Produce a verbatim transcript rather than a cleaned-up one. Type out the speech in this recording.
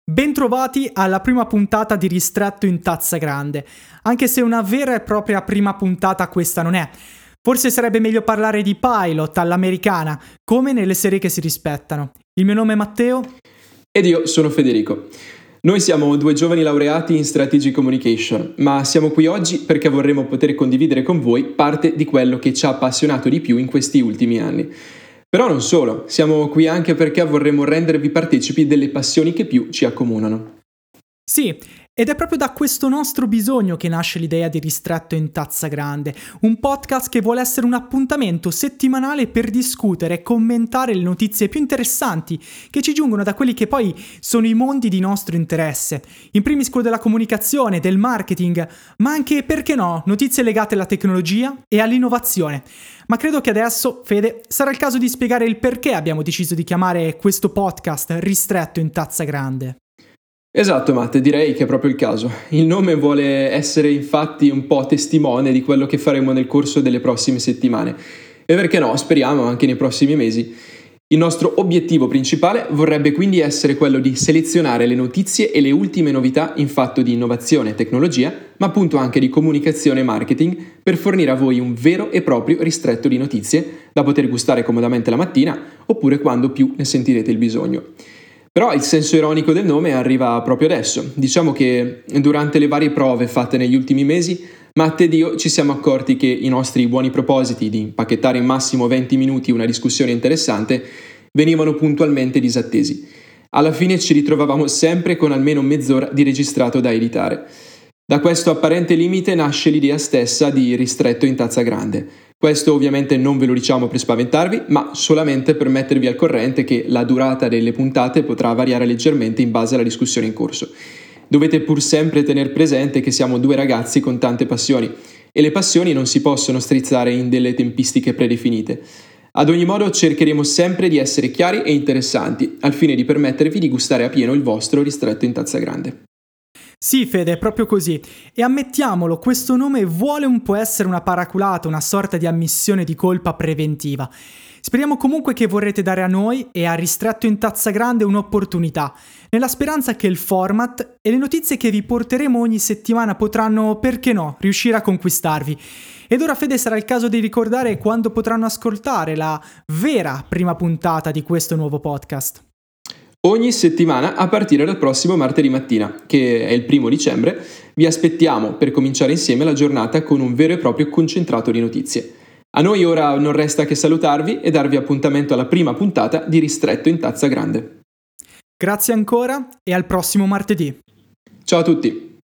Bentrovati alla prima puntata di Ristretto in Tazza Grande, anche se una vera e propria prima puntata questa non è. Forse sarebbe meglio parlare di pilot all'americana, come nelle serie che si rispettano. Il mio nome è Matteo. Ed io sono Federico. Noi siamo due giovani laureati in Strategic Communication, ma siamo qui oggi perché vorremmo poter condividere con voi parte di quello che ci ha appassionato di più in questi ultimi anni. Però non solo, siamo qui anche perché vorremmo rendervi partecipi delle passioni che più ci accomunano. Sì, ed è proprio da questo nostro bisogno che nasce l'idea di Ristretto in Tazza Grande, un podcast che vuole essere un appuntamento settimanale per discutere e commentare le notizie più interessanti che ci giungono da quelli che poi sono i mondi di nostro interesse, in primis quello della comunicazione, del marketing, ma anche, perché no, notizie legate alla tecnologia e all'innovazione. Ma credo che adesso, Fede, sarà il caso di spiegare il perché abbiamo deciso di chiamare questo podcast Ristretto in Tazza Grande. Esatto, Matte, direi che è proprio il caso. Il nome vuole essere infatti un po' testimone di quello che faremo nel corso delle prossime settimane. E perché no, speriamo anche nei prossimi mesi. Il nostro obiettivo principale vorrebbe quindi essere quello di selezionare le notizie e le ultime novità in fatto di innovazione e tecnologia, ma appunto anche di comunicazione e marketing, per fornire a voi un vero e proprio ristretto di notizie da poter gustare comodamente la mattina oppure quando più ne sentirete il bisogno. Però il senso ironico del nome arriva proprio adesso. Diciamo che durante le varie prove fatte negli ultimi mesi, Matte ed io ci siamo accorti che i nostri buoni propositi di impacchettare in massimo venti minuti una discussione interessante venivano puntualmente disattesi. Alla fine ci ritrovavamo sempre con almeno mezz'ora di registrato da editare. Da questo apparente limite nasce l'idea stessa di Ristretto in Tazza Grande. Questo ovviamente non ve lo diciamo per spaventarvi, ma solamente per mettervi al corrente che la durata delle puntate potrà variare leggermente in base alla discussione in corso. Dovete pur sempre tener presente che siamo due ragazzi con tante passioni e le passioni non si possono strizzare in delle tempistiche predefinite. Ad ogni modo cercheremo sempre di essere chiari e interessanti, al fine di permettervi di gustare a pieno il vostro Ristretto in Tazza Grande. Sì, Fede, è proprio così. E ammettiamolo, questo nome vuole un po' essere una paraculata, una sorta di ammissione di colpa preventiva. Speriamo comunque che vorrete dare a noi e a Ristretto in Tazza Grande un'opportunità, nella speranza che il format e le notizie che vi porteremo ogni settimana potranno, perché no, riuscire a conquistarvi. Ed ora, Fede, sarà il caso di ricordare quando potranno ascoltare la vera prima puntata di questo nuovo podcast. Ogni settimana a partire dal prossimo martedì mattina, che è il primo dicembre, vi aspettiamo per cominciare insieme la giornata con un vero e proprio concentrato di notizie. A noi ora non resta che salutarvi e darvi appuntamento alla prima puntata di Ristretto in Tazza Grande. Grazie ancora e al prossimo martedì. Ciao a tutti!